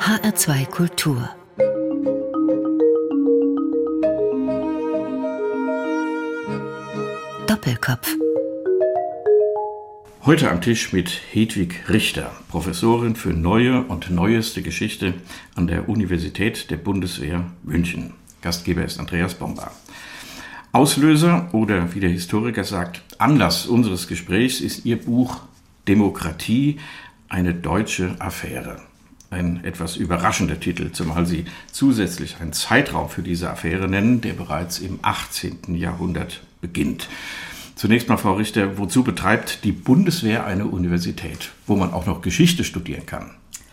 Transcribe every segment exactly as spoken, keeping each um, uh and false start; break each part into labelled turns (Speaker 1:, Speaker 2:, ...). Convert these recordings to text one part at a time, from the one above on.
Speaker 1: H R zwei Kultur. Doppelkopf.
Speaker 2: Heute am Tisch mit Hedwig Richter, Professorin für Neue und Neueste Geschichte an der Universität der Bundeswehr München. Gastgeber ist Andreas Bomba. Auslöser oder, wie der Historiker sagt, Anlass unseres Gesprächs ist Ihr Buch Demokratie, eine deutsche Affäre. Ein etwas überraschender Titel, zumal Sie zusätzlich einen Zeitraum für diese Affäre nennen, der bereits im achtzehnten Jahrhundert beginnt. Zunächst mal, Frau Richter, wozu betreibt die Bundeswehr eine Universität, wo man auch noch Geschichte studieren kann?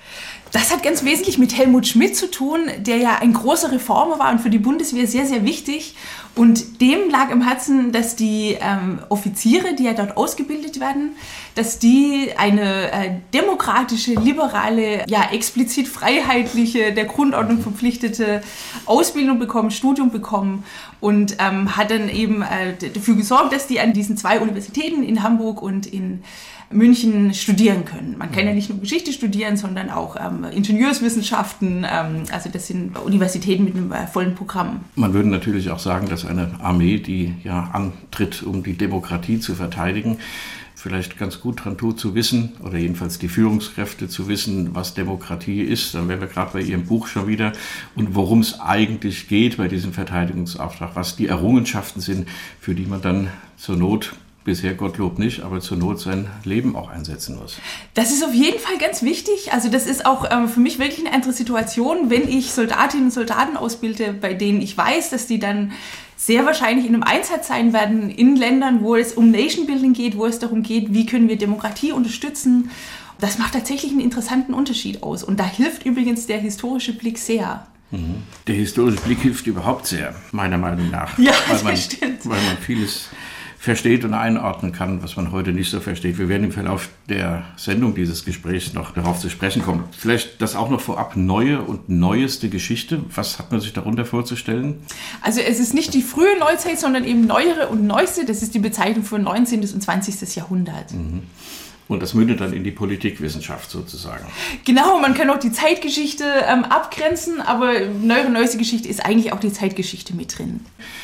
Speaker 3: Das hat ganz wesentlich mit Helmut Schmidt zu tun, der ja ein großer Reformer war und für die Bundeswehr sehr, sehr wichtig. Und dem lag im Herzen, dass die ähm, Offiziere, die ja dort ausgebildet werden, dass die eine äh, demokratische, liberale, ja explizit freiheitliche, der Grundordnung verpflichtete Ausbildung bekommen, Studium bekommen und ähm, hat dann eben äh, dafür gesorgt, dass die an diesen zwei Universitäten in Hamburg und in München studieren können. Man kann ja nicht nur Geschichte studieren, sondern auch ähm, Ingenieurswissenschaften. Ähm, also das sind Universitäten mit einem äh, vollen Programm.
Speaker 2: Man würde natürlich auch sagen, dass eine Armee, die ja antritt, um die Demokratie zu verteidigen, vielleicht ganz gut dran tut zu wissen, oder jedenfalls die Führungskräfte zu wissen, was Demokratie ist. Dann wären wir gerade bei Ihrem Buch schon wieder und worum es eigentlich geht bei diesem Verteidigungsauftrag, was die Errungenschaften sind, für die man dann zur Not, bisher Gottlob nicht, aber zur Not sein Leben auch einsetzen muss.
Speaker 3: Das ist auf jeden Fall ganz wichtig. Also das ist auch ähm, für mich wirklich eine andere Situation, wenn ich Soldatinnen und Soldaten ausbilde, bei denen ich weiß, dass die dann sehr wahrscheinlich in einem Einsatz sein werden in Ländern, wo es um Nation Building geht, wo es darum geht, wie können wir Demokratie unterstützen. Das macht tatsächlich einen interessanten Unterschied aus. Und da hilft übrigens der historische Blick sehr.
Speaker 2: Mhm. Der historische Blick hilft überhaupt sehr, meiner Meinung nach.
Speaker 3: Ja,
Speaker 2: weil man,
Speaker 3: das stimmt.
Speaker 2: Weil man vieles versteht und einordnen kann, was man heute nicht so versteht. Wir werden im Verlauf der Sendung dieses Gesprächs noch darauf zu sprechen kommen. Vielleicht das auch noch vorab, neue und neueste Geschichte. Was hat man sich darunter vorzustellen?
Speaker 3: Also es ist nicht die frühe Neuzeit, sondern eben neuere und neueste. Das ist die Bezeichnung für neunzehnten und zwanzigsten Jahrhundert.
Speaker 2: Mhm. Und das mündet dann in die Politikwissenschaft sozusagen.
Speaker 3: Genau, man kann auch die Zeitgeschichte ähm, abgrenzen, aber neuere und neueste Geschichte ist eigentlich auch die Zeitgeschichte mit drin.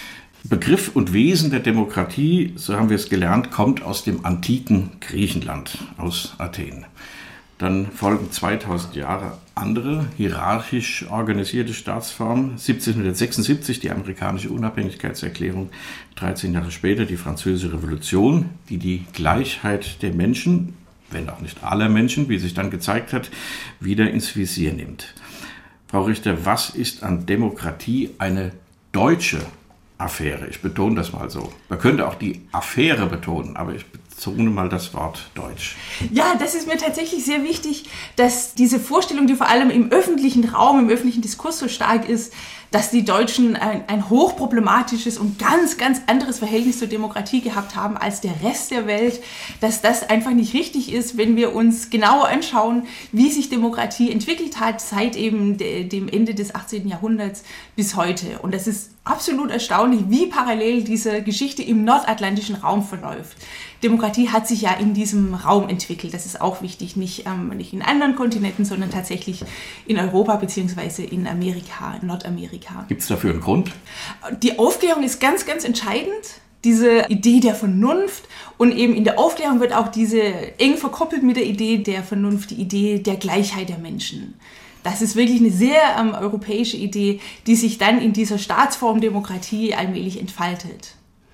Speaker 2: Begriff und Wesen der Demokratie, so haben wir es gelernt, kommt aus dem antiken Griechenland, aus Athen. Dann folgen zweitausend Jahre andere, hierarchisch organisierte Staatsformen. siebzehnhundertsechsundsiebzig die amerikanische Unabhängigkeitserklärung, dreizehn Jahre später die Französische Revolution, die die Gleichheit der Menschen, wenn auch nicht aller Menschen, wie sich dann gezeigt hat, wieder ins Visier nimmt. Frau Richter, was ist an Demokratie eine deutsche Affäre? Ich betone das mal so. Man könnte auch die Affäre betonen, aber ich betone mal das Wort Deutsch.
Speaker 3: Ja, das ist mir tatsächlich sehr wichtig, dass diese Vorstellung, die vor allem im öffentlichen Raum, im öffentlichen Diskurs so stark ist, dass die Deutschen ein, ein hochproblematisches und ganz, ganz anderes Verhältnis zur Demokratie gehabt haben als der Rest der Welt, dass das einfach nicht richtig ist, wenn wir uns genauer anschauen, wie sich Demokratie entwickelt hat seit eben de, dem Ende des achtzehnten Jahrhunderts bis heute. Und das ist absolut erstaunlich, wie parallel diese Geschichte im nordatlantischen Raum verläuft. Demokratie hat sich ja in diesem Raum entwickelt. Das ist auch wichtig, nicht, ähm, nicht in anderen Kontinenten, sondern tatsächlich in Europa bzw. in Amerika, in Nordamerika.
Speaker 2: Gibt es dafür einen Grund?
Speaker 3: Die Aufklärung ist ganz, ganz entscheidend. Diese Idee der Vernunft und eben in der Aufklärung wird auch diese eng verkoppelt mit der Idee der Vernunft, die Idee der Gleichheit der Menschen. Das ist wirklich eine sehr ähm, europäische Idee, die sich dann in dieser Staatsform Demokratie allmählich entfaltet.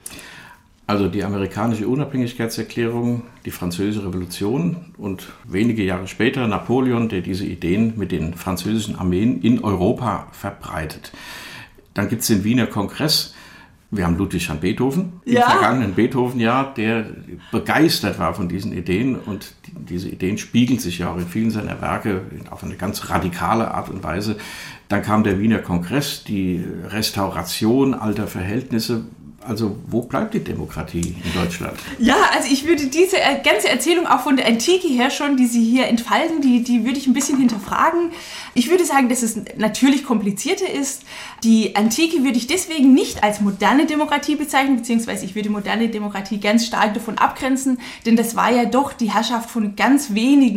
Speaker 2: Also die amerikanische Unabhängigkeitserklärung, die Französische Revolution und wenige Jahre später Napoleon, der diese Ideen mit den französischen Armeen in Europa verbreitet. Dann gibt es den Wiener Kongress. Wir haben Ludwig van Beethoven
Speaker 3: ja.
Speaker 2: im vergangenen Beethoven-Jahr, der begeistert war von diesen Ideen. Und die, diese Ideen spiegeln sich ja auch in vielen seiner Werke auf eine ganz radikale Art und Weise. Dann kam der Wiener Kongress, die Restauration alter Verhältnisse. Also wo bleibt die Demokratie in Deutschland?
Speaker 3: Ja, also ich würde diese ganze Erzählung auch von der Antike her schon, die Sie hier entfalten, die, die würde ich ein bisschen hinterfragen. Ich würde sagen, dass es natürlich komplizierter ist. Die Antike würde ich deswegen nicht als moderne Demokratie bezeichnen, beziehungsweise ich würde moderne Demokratie ganz stark davon abgrenzen, denn das war ja doch die Herrschaft von ganz wenigen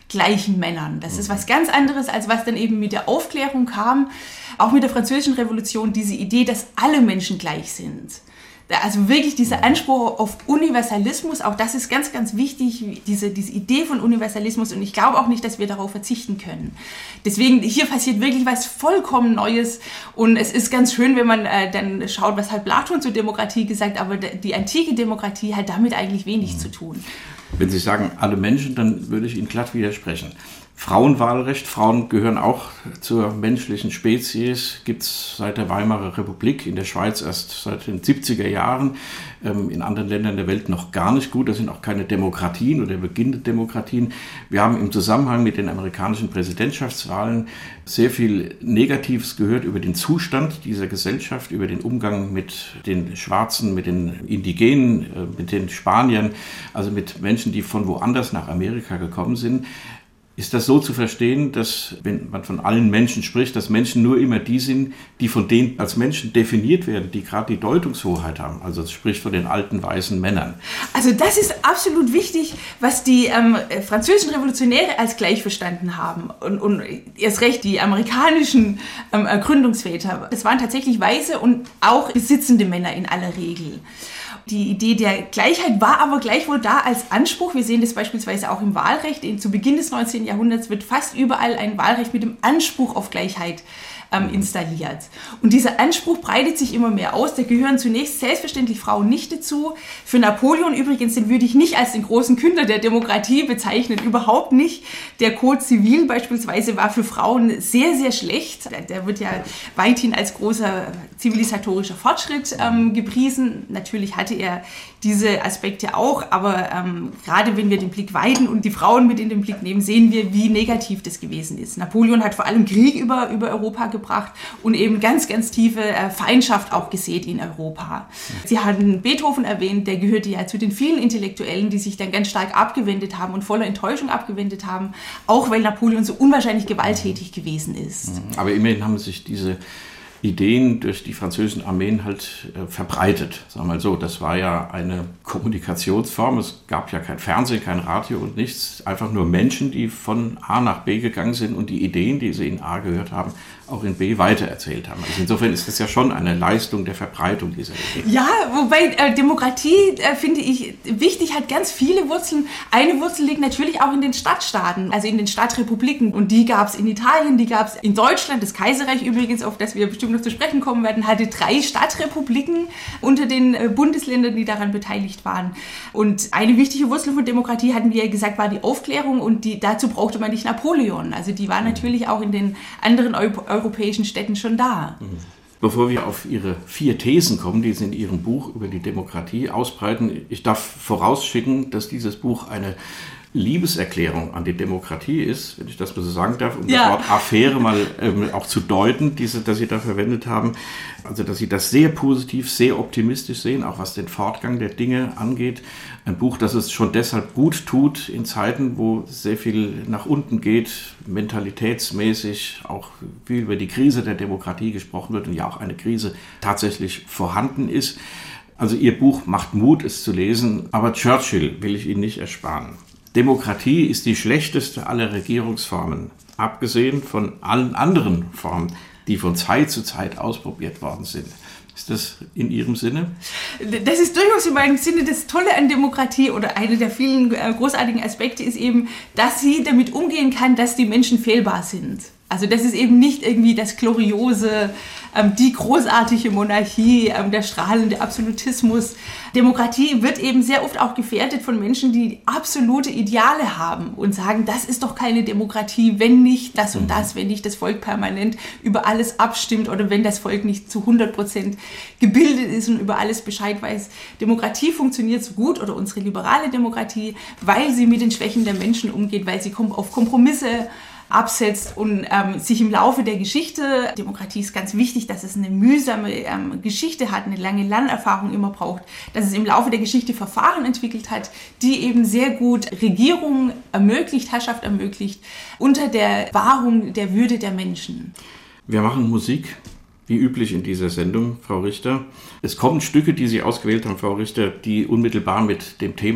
Speaker 3: gleichen Männern. Das ist was ganz anderes, als was dann eben mit der Aufklärung kam, auch mit der Französischen Revolution, diese Idee, dass alle Menschen gleich sind. Also wirklich dieser Anspruch auf Universalismus, auch das ist ganz, ganz wichtig, diese, diese Idee von Universalismus, und ich glaube auch nicht, dass wir darauf verzichten können. Deswegen, hier passiert wirklich was vollkommen Neues, und es ist ganz schön, wenn man äh, dann schaut, was hat Platon zur Demokratie gesagt, aber die antike Demokratie hat damit eigentlich wenig mhm. zu tun.
Speaker 2: Wenn Sie sagen, alle Menschen, dann würde ich Ihnen glatt widersprechen. Frauenwahlrecht, Frauen gehören auch zur menschlichen Spezies, gibt es seit der Weimarer Republik, in der Schweiz erst seit den siebziger Jahren, ähm, in anderen Ländern der Welt noch gar nicht gut, das sind auch keine Demokratien oder beginnende Demokratien. Wir haben im Zusammenhang mit den amerikanischen Präsidentschaftswahlen sehr viel Negatives gehört über den Zustand dieser Gesellschaft, über den Umgang mit den Schwarzen, mit den Indigenen, äh, mit den Spaniern, also mit Menschen, die von woanders nach Amerika gekommen sind. Ist das so zu verstehen, dass, wenn man von allen Menschen spricht, dass Menschen nur immer die sind, die von denen als Menschen definiert werden, die gerade die Deutungshoheit haben? Also es spricht von den alten weißen Männern.
Speaker 3: Also das ist absolut wichtig, was die ähm, französischen Revolutionäre als gleich verstanden haben. Und, und erst recht die amerikanischen ähm, Gründungsväter. Es waren tatsächlich weiße und auch besitzende Männer in aller Regel. Die Idee der Gleichheit war aber gleichwohl da als Anspruch. Wir sehen das beispielsweise auch im Wahlrecht. Zu Beginn des neunzehnten Jahrhunderts wird fast überall ein Wahlrecht mit dem Anspruch auf Gleichheit ähm, installiert. Und dieser Anspruch breitet sich immer mehr aus. Da gehören zunächst selbstverständlich Frauen nicht dazu. Für Napoleon übrigens, den würde ich nicht als den großen Künder der Demokratie bezeichnen, überhaupt nicht. Der Code Civil beispielsweise war für Frauen sehr, sehr schlecht. Der wird ja weithin als großer zivilisatorischer Fortschritt ähm, gepriesen. Natürlich hatte er diese Aspekte auch, aber ähm, gerade wenn wir den Blick weiten und die Frauen mit in den Blick nehmen, sehen wir, wie negativ das gewesen ist. Napoleon hat vor allem Krieg über, über Europa gebracht und eben ganz, ganz tiefe äh, Feindschaft auch gesät in Europa. Sie hatten Beethoven erwähnt, der gehörte ja zu den vielen Intellektuellen, die sich dann ganz stark abgewendet haben und voller Enttäuschung abgewendet haben, auch weil Napoleon so unwahrscheinlich gewalttätig gewesen ist.
Speaker 2: Aber immerhin haben sich diese Ideen durch die französischen Armeen halt äh, verbreitet. Sagen wir mal so, das war ja eine Kommunikationsform. Es gab ja kein Fernsehen, kein Radio und nichts. Einfach nur Menschen, die von A nach B gegangen sind und die Ideen, die sie in A gehört haben, auch in B weitererzählt haben. Also insofern ist das ja schon eine Leistung der Verbreitung dieser Ideen.
Speaker 3: Ja, wobei äh, Demokratie, äh, finde ich, wichtig, hat ganz viele Wurzeln. Eine Wurzel liegt natürlich auch in den Stadtstaaten, also in den Stadtrepubliken. Und die gab es in Italien, die gab es in Deutschland. Das Kaiserreich übrigens, auf das wir bestimmt noch zu sprechen kommen werden, hatte drei Stadtrepubliken unter den äh, Bundesländern, die daran beteiligt waren. Und eine wichtige Wurzel von Demokratie, hatten wir ja gesagt, war die Aufklärung. Und die, dazu brauchte man nicht Napoleon. Also die war natürlich auch in den anderen Eu- europäischen Städten schon da.
Speaker 2: Bevor wir auf Ihre vier Thesen kommen, die Sie in Ihrem Buch über die Demokratie ausbreiten, ich darf vorausschicken, dass dieses Buch eine Liebeserklärung an die Demokratie ist, wenn ich das mal so sagen darf, um ja. das Wort Affäre mal ähm, auch zu deuten, diese, das Sie da verwendet haben. Also, dass Sie das sehr positiv, sehr optimistisch sehen, auch was den Fortgang der Dinge angeht. Ein Buch, das es schon deshalb gut tut in Zeiten, wo sehr viel nach unten geht, mentalitätsmäßig, auch viel über die Krise der Demokratie gesprochen wird und ja auch eine Krise tatsächlich vorhanden ist. Also Ihr Buch macht Mut, es zu lesen, aber Churchill will ich Ihnen nicht ersparen. Demokratie ist die schlechteste aller Regierungsformen, abgesehen von allen anderen Formen, die von Zeit zu Zeit ausprobiert worden sind. Ist das in Ihrem Sinne?
Speaker 3: Das ist durchaus in meinem Sinne. Das Tolle an Demokratie oder einer der vielen großartigen Aspekte ist eben, dass sie damit umgehen kann, dass die Menschen fehlbar sind. Also das ist eben nicht irgendwie das gloriose, ähm, die großartige Monarchie, ähm, der strahlende Absolutismus. Demokratie wird eben sehr oft auch gefährdet von Menschen, die absolute Ideale haben und sagen, das ist doch keine Demokratie, wenn nicht das und das, wenn nicht das Volk permanent über alles abstimmt oder wenn das Volk nicht zu hundert Prozent gebildet ist und über alles Bescheid weiß. Demokratie funktioniert so gut oder unsere liberale Demokratie, weil sie mit den Schwächen der Menschen umgeht, weil sie auf Kompromisse absetzt und ähm, sich im Laufe der Geschichte, Demokratie ist ganz wichtig, dass es eine mühsame ähm, Geschichte hat, eine lange Lernerfahrung immer braucht, dass es im Laufe der Geschichte Verfahren entwickelt hat, die eben sehr gut Regierung ermöglicht, Herrschaft ermöglicht, unter der Wahrung der Würde der Menschen.
Speaker 2: Wir machen Musik, wie üblich in dieser Sendung, Frau Richter. Es kommen Stücke, die Sie ausgewählt haben, Frau Richter, die unmittelbar mit dem Thema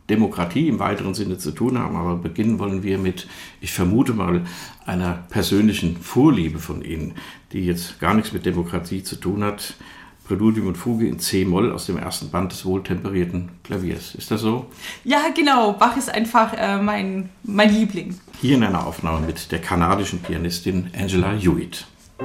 Speaker 2: Demokratie im weiteren Sinne zu tun haben. Aber beginnen wollen wir mit, ich vermute mal, einer persönlichen Vorliebe von Ihnen, die jetzt gar nichts mit Demokratie zu tun hat. Präludium und Fuge in C-Moll aus dem ersten Band des wohltemperierten Klaviers. Ist das so?
Speaker 3: Ja, genau. Bach ist einfach äh, mein, mein Liebling.
Speaker 2: Hier in einer Aufnahme mit der kanadischen Pianistin Angela Hewitt.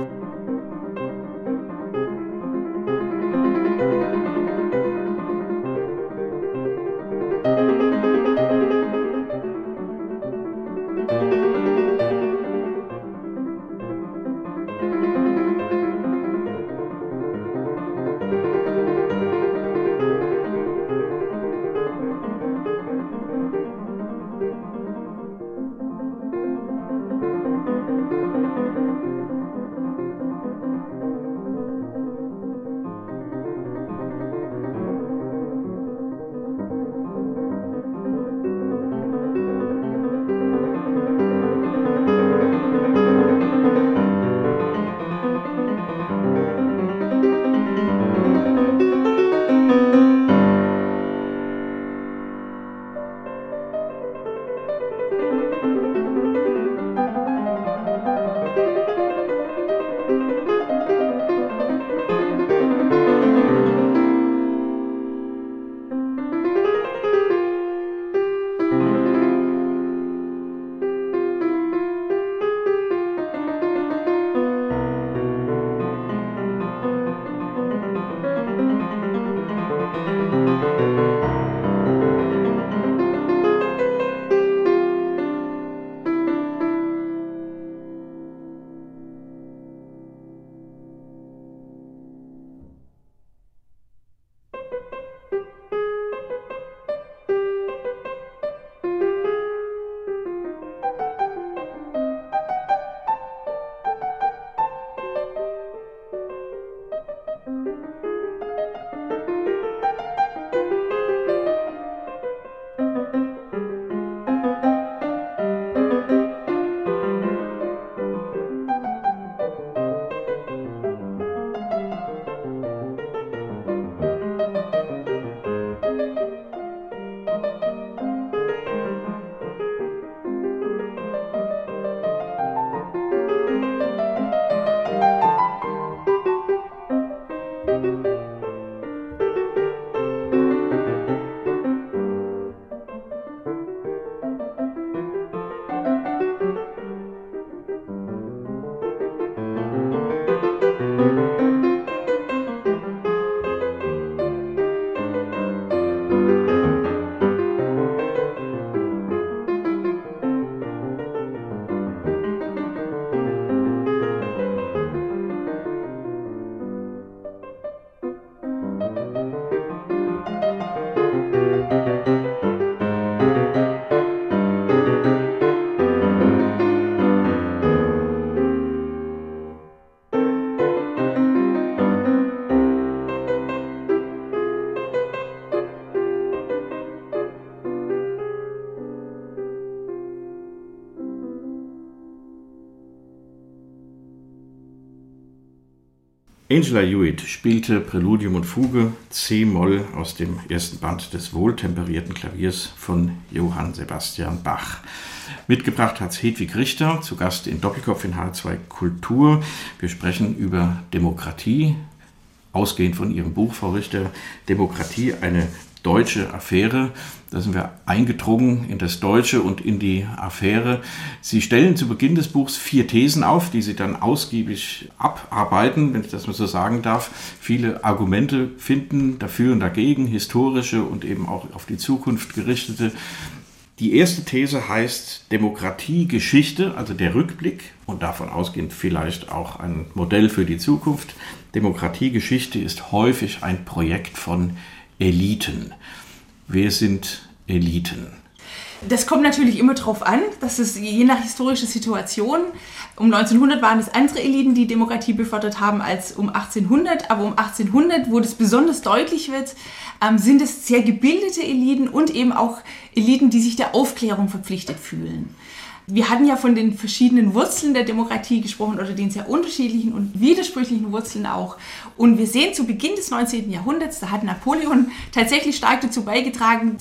Speaker 2: Angela Hewitt spielte Präludium und Fuge C-Moll aus dem ersten Band des wohltemperierten Klaviers von Johann Sebastian Bach. Mitgebracht hat Hedwig Richter, zu Gast in Doppelkopf in H zwei Kultur. Wir sprechen über Demokratie, ausgehend von Ihrem Buch, Frau Richter, Demokratie, eine deutsche Affäre. Da sind wir eingedrungen in das Deutsche und in die Affäre. Sie stellen zu Beginn des Buchs vier Thesen auf, die Sie dann ausgiebig abarbeiten, wenn ich das mal so sagen darf. Viele Argumente finden dafür und dagegen, historische und eben auch auf die Zukunft gerichtete. Die erste These heißt Demokratiegeschichte, also der Rückblick und davon ausgehend vielleicht auch ein Modell für die Zukunft. Demokratiegeschichte ist häufig ein Projekt von Eliten. Wer sind Eliten?
Speaker 3: Das kommt natürlich immer darauf an, dass es je nach historischer Situation, um neunzehnhundert waren es andere Eliten, die Demokratie befördert haben als um achtzehnhundert, aber um achtzehnhundert, wo das besonders deutlich wird, ähm, sind es sehr gebildete Eliten und eben auch Eliten, die sich der Aufklärung verpflichtet fühlen. Wir hatten ja von den verschiedenen Wurzeln der Demokratie gesprochen oder den sehr unterschiedlichen und widersprüchlichen Wurzeln auch. Und wir sehen zu Beginn des neunzehnten Jahrhunderts, da hat Napoleon tatsächlich stark dazu beigetragen,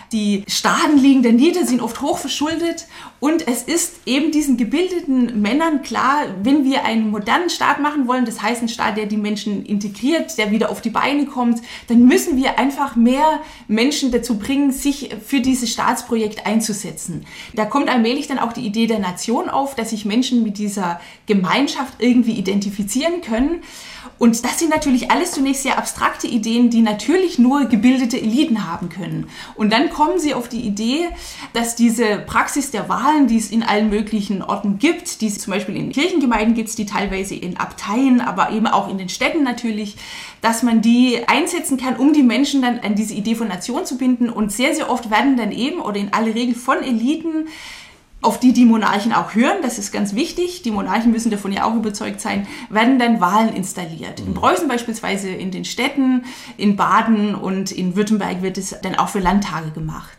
Speaker 3: Die Staaten liegen da nieder, sind oft hochverschuldet und es ist eben diesen gebildeten Männern klar, wenn wir einen modernen Staat machen wollen, das heißt ein Staat, der die Menschen integriert, der wieder auf die Beine kommt, dann müssen wir einfach mehr Menschen dazu bringen, sich für dieses Staatsprojekt einzusetzen. Da kommt allmählich dann auch die Idee der Nation auf, dass sich Menschen mit dieser Gemeinschaft irgendwie identifizieren können. Und das sind natürlich alles zunächst sehr abstrakte Ideen, die natürlich nur gebildete Eliten haben können. Und dann kommen sie auf die Idee, dass diese Praxis der Wahlen, die es in allen möglichen Orten gibt, die es zum Beispiel in Kirchengemeinden gibt, die teilweise in Abteien, aber eben auch in den Städten natürlich, dass man die einsetzen kann, um die Menschen dann an diese Idee von Nation zu binden. Und sehr, sehr oft werden dann eben, oder in aller Regel von Eliten, auf die die Monarchen auch hören, das ist ganz wichtig, die Monarchen müssen davon ja auch überzeugt sein, werden dann Wahlen installiert. In Preußen beispielsweise in den Städten, in Baden und in Württemberg wird es dann auch für Landtage gemacht.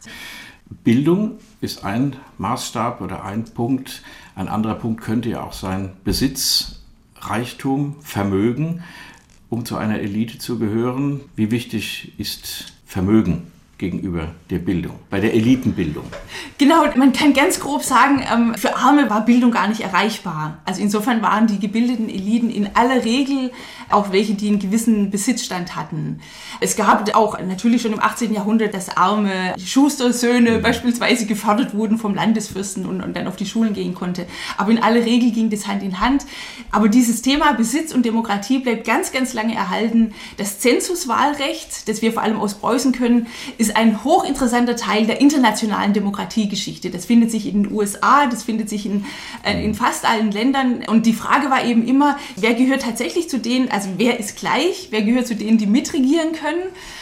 Speaker 2: Bildung ist ein Maßstab oder ein Punkt. Ein anderer Punkt könnte ja auch sein Besitz, Reichtum, Vermögen, um zu einer Elite zu gehören. Wie wichtig ist Vermögen gegenüber der Bildung, bei der Elitenbildung?
Speaker 3: Genau, man kann ganz grob sagen, für Arme war Bildung gar nicht erreichbar. Also insofern waren die gebildeten Eliten in aller Regel auch welche, die einen gewissen Besitzstand hatten. Es gab auch natürlich schon im achtzehnten Jahrhundert, dass arme Schustersöhne mhm. beispielsweise gefördert wurden vom Landesfürsten und, und dann auf die Schulen gehen konnte. Aber in aller Regel ging das Hand in Hand. Aber dieses Thema Besitz und Demokratie bleibt ganz, ganz lange erhalten. Das Zensuswahlrecht, das wir vor allem aus Preußen können, ist ein hochinteressanter Teil der internationalen Demokratiegeschichte. Das findet sich in den U S A, das findet sich in, äh, in fast allen Ländern. Und die Frage war eben immer, wer gehört tatsächlich zu denen, also wer ist gleich, wer gehört zu denen, die mitregieren können.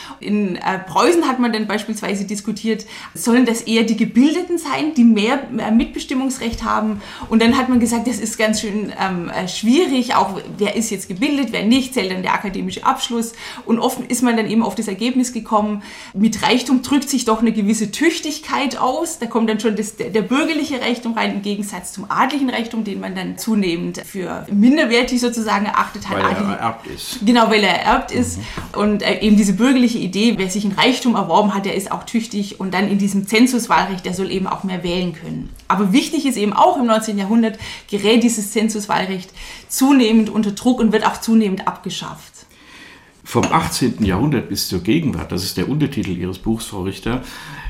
Speaker 3: In äh, Preußen hat man dann beispielsweise diskutiert, sollen das eher die Gebildeten sein, die mehr, mehr Mitbestimmungsrecht haben? Und dann hat man gesagt, das ist ganz schön ähm, schwierig, auch wer ist jetzt gebildet, wer nicht, zählt dann der akademische Abschluss. Und oft ist man dann eben auf das Ergebnis gekommen, mit Reichtum drückt sich doch eine gewisse Tüchtigkeit aus. Da kommt dann schon das, der, der bürgerliche Reichtum rein, im Gegensatz zum adlichen Reichtum, den man dann zunehmend für minderwertig sozusagen erachtet hat.
Speaker 2: Weil er ererbt ist.
Speaker 3: Genau, weil er ererbt ist. Mhm. Und äh, eben diese bürgerliche Idee, wer sich ein Reichtum erworben hat, der ist auch tüchtig und dann in diesem Zensuswahlrecht, der soll eben auch mehr wählen können. Aber wichtig ist eben auch, im neunzehnten Jahrhundert gerät dieses Zensuswahlrecht zunehmend unter Druck und wird auch zunehmend abgeschafft.
Speaker 2: Vom achtzehnten Jahrhundert bis zur Gegenwart, das ist der Untertitel Ihres Buchs, Frau Richter,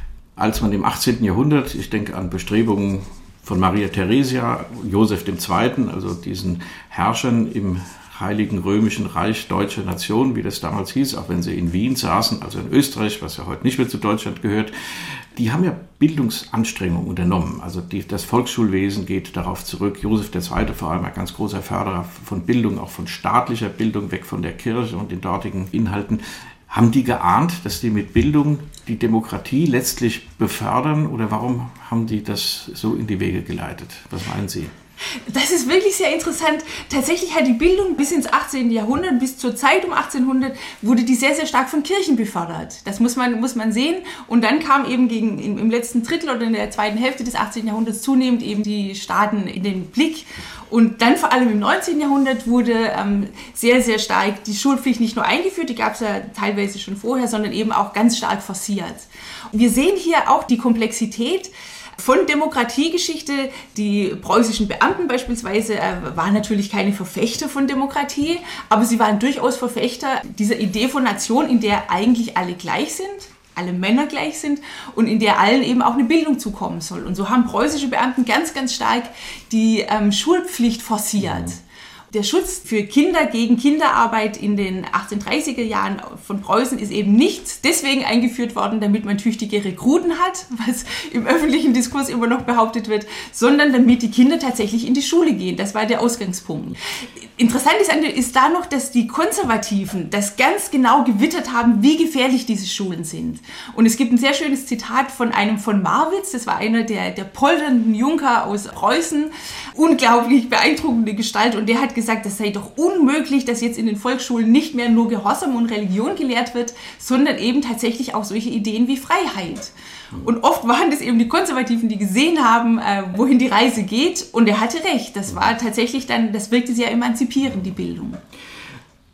Speaker 2: als man im achtzehnten Jahrhundert, ich denke an Bestrebungen von Maria Theresia, Joseph der Zweite., also diesen Herrschern im Heiligen Römischen Reich Deutscher Nation, wie das damals hieß, auch wenn sie in Wien saßen, also in Österreich, was ja heute nicht mehr zu Deutschland gehört, die haben ja Bildungsanstrengungen unternommen. Also die, das Volksschulwesen geht darauf zurück. Joseph der Zweite. vor allem ein ganz großer Förderer von Bildung, auch von staatlicher Bildung, weg von der Kirche und den dortigen Inhalten. Haben die geahnt, dass die mit Bildung die Demokratie letztlich befördern, oder warum haben die das so in die Wege geleitet? Was meinen Sie?
Speaker 3: Das ist wirklich sehr interessant. Tatsächlich hat die Bildung bis ins achtzehnten Jahrhundert, bis zur Zeit um achtzehnhundert, wurde die sehr, sehr stark von Kirchen befördert. Das muss man, muss man sehen. Und dann kam eben gegen, im letzten Drittel oder in der zweiten Hälfte des achtzehnten Jahrhunderts zunehmend eben die Staaten in den Blick. Und dann vor allem im neunzehnten Jahrhundert wurde ähm, sehr, sehr stark die Schulpflicht nicht nur eingeführt, die gab es ja teilweise schon vorher, sondern eben auch ganz stark forciert. Und wir sehen hier auch die Komplexität von Demokratiegeschichte. Die preußischen Beamten beispielsweise äh, waren natürlich keine Verfechter von Demokratie, aber sie waren durchaus Verfechter dieser Idee von Nation, in der eigentlich alle gleich sind, alle Männer gleich sind und in der allen eben auch eine Bildung zukommen soll. Und so haben preußische Beamten ganz, ganz stark die ähm, Schulpflicht forciert. Mhm. Der Schutz für Kinder gegen Kinderarbeit in den achtzehnhundertdreißiger Jahren von Preußen ist eben nicht deswegen eingeführt worden, damit man tüchtige Rekruten hat, was im öffentlichen Diskurs immer noch behauptet wird, sondern damit die Kinder tatsächlich in die Schule gehen. Das war der Ausgangspunkt. Interessant ist, ist da noch, dass die Konservativen das ganz genau gewittert haben, wie gefährlich diese Schulen sind. Und es gibt ein sehr schönes Zitat von einem von Marwitz, das war einer der, der polternden Junker aus Preußen, unglaublich beeindruckende Gestalt, und der hat gesagt, das sei doch unmöglich, dass jetzt in den Volksschulen nicht mehr nur Gehorsam und Religion gelehrt wird, sondern eben tatsächlich auch solche Ideen wie Freiheit. Und oft waren das eben die Konservativen, die gesehen haben, äh, wohin die Reise geht, und er hatte recht. Das war tatsächlich dann, das wirkte sehr emanzipierend, die Bildung.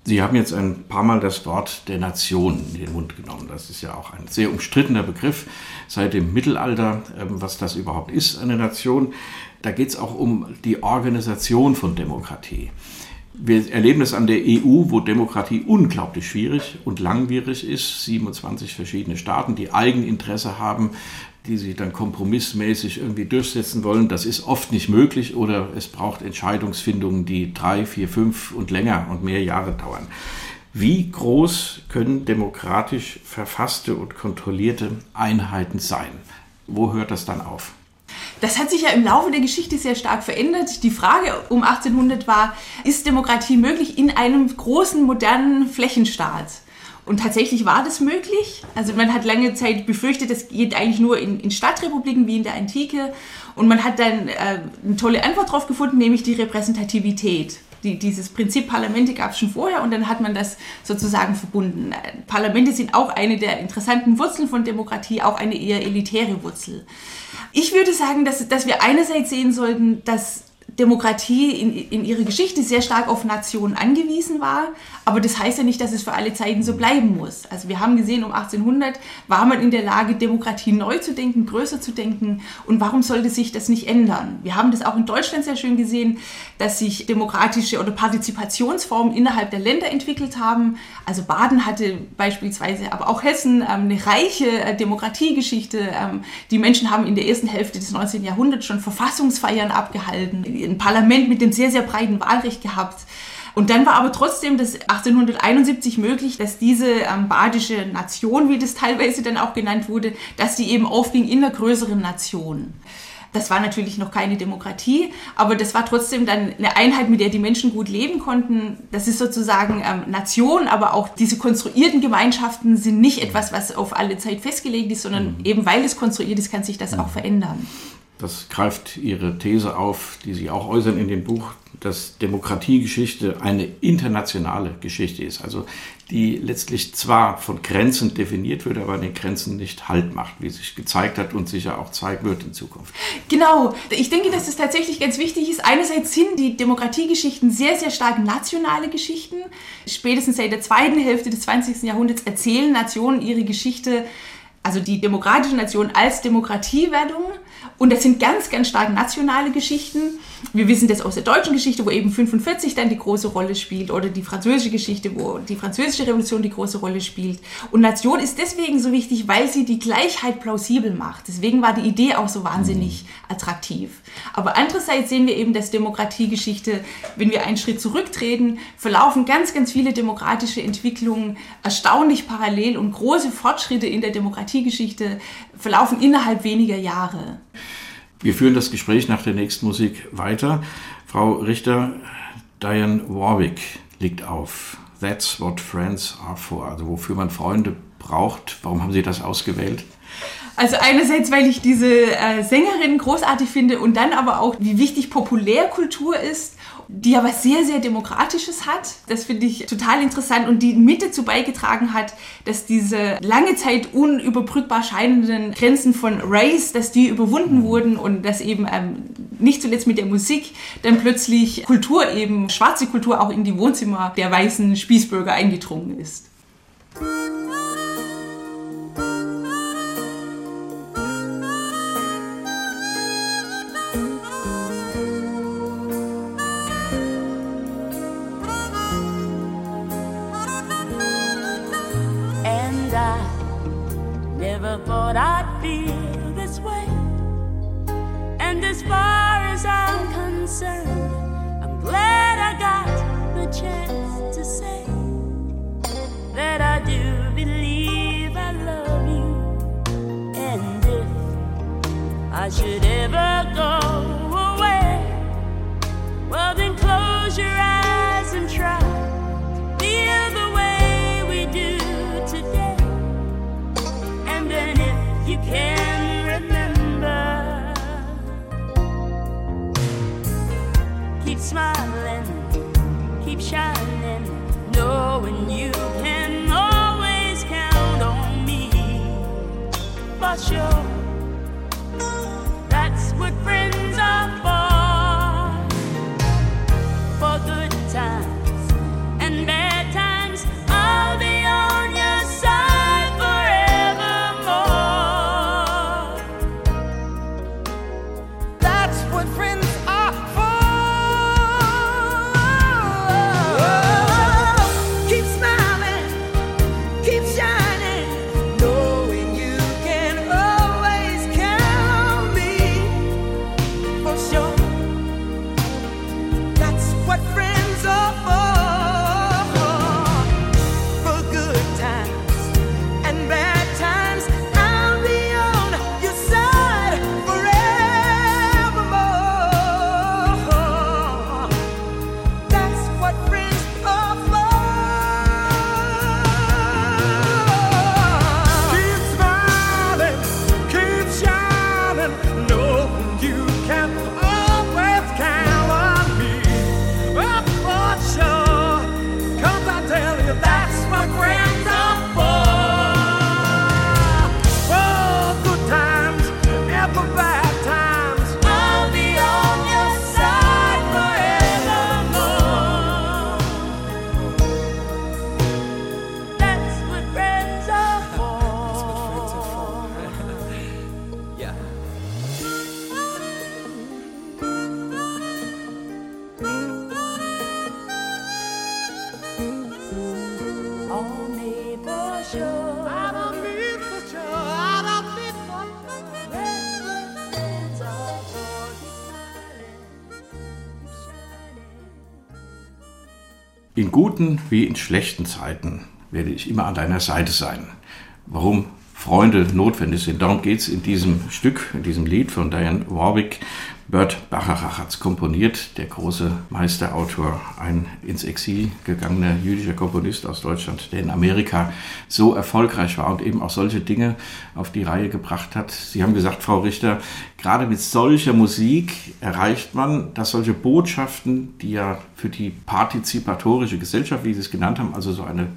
Speaker 2: Sie haben jetzt ein paar Mal das Wort der Nation in den Mund genommen. Das ist ja auch ein sehr umstrittener Begriff seit dem Mittelalter, was das überhaupt ist, eine Nation. Da geht es auch um die Organisation von Demokratie. Wir erleben es an der E U, wo Demokratie unglaublich schwierig und langwierig ist. siebenundzwanzig verschiedene Staaten, die Eigeninteresse haben, die sich dann kompromissmäßig irgendwie durchsetzen wollen. Das ist oft nicht möglich oder es braucht Entscheidungsfindungen, die drei, vier, fünf und länger und mehr Jahre dauern. Wie groß können demokratisch verfasste und kontrollierte Einheiten sein? Wo hört das dann auf?
Speaker 3: Das hat sich ja im Laufe der Geschichte sehr stark verändert. Die Frage um achtzehnhundert war, ist Demokratie möglich in einem großen, modernen Flächenstaat? Und tatsächlich war das möglich. Also man hat lange Zeit befürchtet, das geht eigentlich nur in, in Stadtrepubliken wie in der Antike. Und man hat dann äh, eine tolle Antwort darauf gefunden, nämlich die Repräsentativität. Die, dieses Prinzip Parlamente gab es schon vorher und dann hat man das sozusagen verbunden. Parlamente sind auch eine der interessanten Wurzeln von Demokratie, auch eine eher elitäre Wurzel. Ich würde sagen, dass, dass wir einerseits sehen sollten, dass Demokratie in, in ihrer Geschichte sehr stark auf Nationen angewiesen war, aber das heißt ja nicht, dass es für alle Zeiten so bleiben muss. Also wir haben gesehen, um achtzehnhundert war man in der Lage, Demokratie neu zu denken, größer zu denken, und warum sollte sich das nicht ändern? Wir haben das auch in Deutschland sehr schön gesehen, dass sich demokratische oder Partizipationsformen innerhalb der Länder entwickelt haben. Also Baden hatte beispielsweise, aber auch Hessen, eine reiche Demokratiegeschichte. Die Menschen haben in der ersten Hälfte des neunzehnten Jahrhunderts schon Verfassungsfeiern abgehalten, ein Parlament mit einem sehr, sehr breiten Wahlrecht gehabt. Und dann war aber trotzdem das achtzehnhunderteinundsiebzig möglich, dass diese ähm, badische Nation, wie das teilweise dann auch genannt wurde, dass die eben aufging in einer größeren Nation. Das war natürlich noch keine Demokratie, aber das war trotzdem dann eine Einheit, mit der die Menschen gut leben konnten. Das ist sozusagen ähm, Nation, aber auch diese konstruierten Gemeinschaften sind nicht etwas, was auf alle Zeit festgelegt ist, sondern mhm. eben weil es konstruiert ist, kann sich das auch verändern.
Speaker 2: Das greift Ihre These auf, die Sie auch äußern in dem Buch, dass Demokratiegeschichte eine internationale Geschichte ist. Also die letztlich zwar von Grenzen definiert wird, aber an den Grenzen nicht Halt macht, wie sich gezeigt hat und sicher auch zeigen wird in Zukunft.
Speaker 3: Genau. Ich denke, dass es tatsächlich ganz wichtig ist. Einerseits sind die Demokratiegeschichten sehr, sehr stark nationale Geschichten. Spätestens seit der zweiten Hälfte des zwanzigsten Jahrhunderts erzählen Nationen ihre Geschichte, also die demokratische Nation als Demokratiewerdung. Und das sind ganz, ganz stark nationale Geschichten. Wir wissen das aus der deutschen Geschichte, wo eben fünfundvierzig dann die große Rolle spielt, oder die französische Geschichte, wo die französische Revolution die große Rolle spielt. Und Nation ist deswegen so wichtig, weil sie die Gleichheit plausibel macht. Deswegen war die Idee auch so wahnsinnig attraktiv. Aber andererseits sehen wir eben, dass Demokratiegeschichte, wenn wir einen Schritt zurücktreten, verlaufen ganz, ganz viele demokratische Entwicklungen erstaunlich parallel, und große Fortschritte in der Demokratiegeschichte verlaufen innerhalb weniger Jahre.
Speaker 2: Wir führen das Gespräch nach der nächsten Musik weiter. Frau Richter, Dionne Warwick legt auf. That's what friends are for. Also wofür man Freunde braucht. Warum haben Sie das ausgewählt?
Speaker 3: Also einerseits, weil ich diese äh, Sängerin großartig finde, und dann aber auch, wie wichtig Populärkultur ist, die ja was sehr, sehr Demokratisches hat. Das finde ich total interessant und die mit dazu beigetragen hat, dass diese lange Zeit unüberbrückbar scheinenden Grenzen von Race, dass die überwunden wurden, und dass eben ähm, nicht zuletzt mit der Musik dann plötzlich Kultur, eben schwarze Kultur, auch in die Wohnzimmer der weißen Spießbürger eingedrungen ist.
Speaker 4: Thought I'd feel this way, and as far as I'm concerned, I'm glad I got the chance to say that I do believe I love you, and if I should ever go away, well then close your eyes and try to feel the way we do today. And if you can remember, keep smiling, keep shining, knowing you can always count on me. For sure, that's what friends are for. For good times and bad times.
Speaker 2: In guten wie in schlechten Zeiten werde ich immer an deiner Seite sein. Warum Freunde notwendig sind. Darum geht es in diesem Stück, in diesem Lied von Dionne Warwick. Burt Bacharach hat es komponiert, der große Meisterautor, ein ins Exil gegangener jüdischer Komponist aus Deutschland, der in Amerika so erfolgreich war und eben auch solche Dinge auf die Reihe gebracht hat. Sie haben gesagt, Frau Richter, gerade mit solcher Musik erreicht man, dass solche Botschaften, die ja für die partizipatorische Gesellschaft, wie Sie es genannt haben, also so eine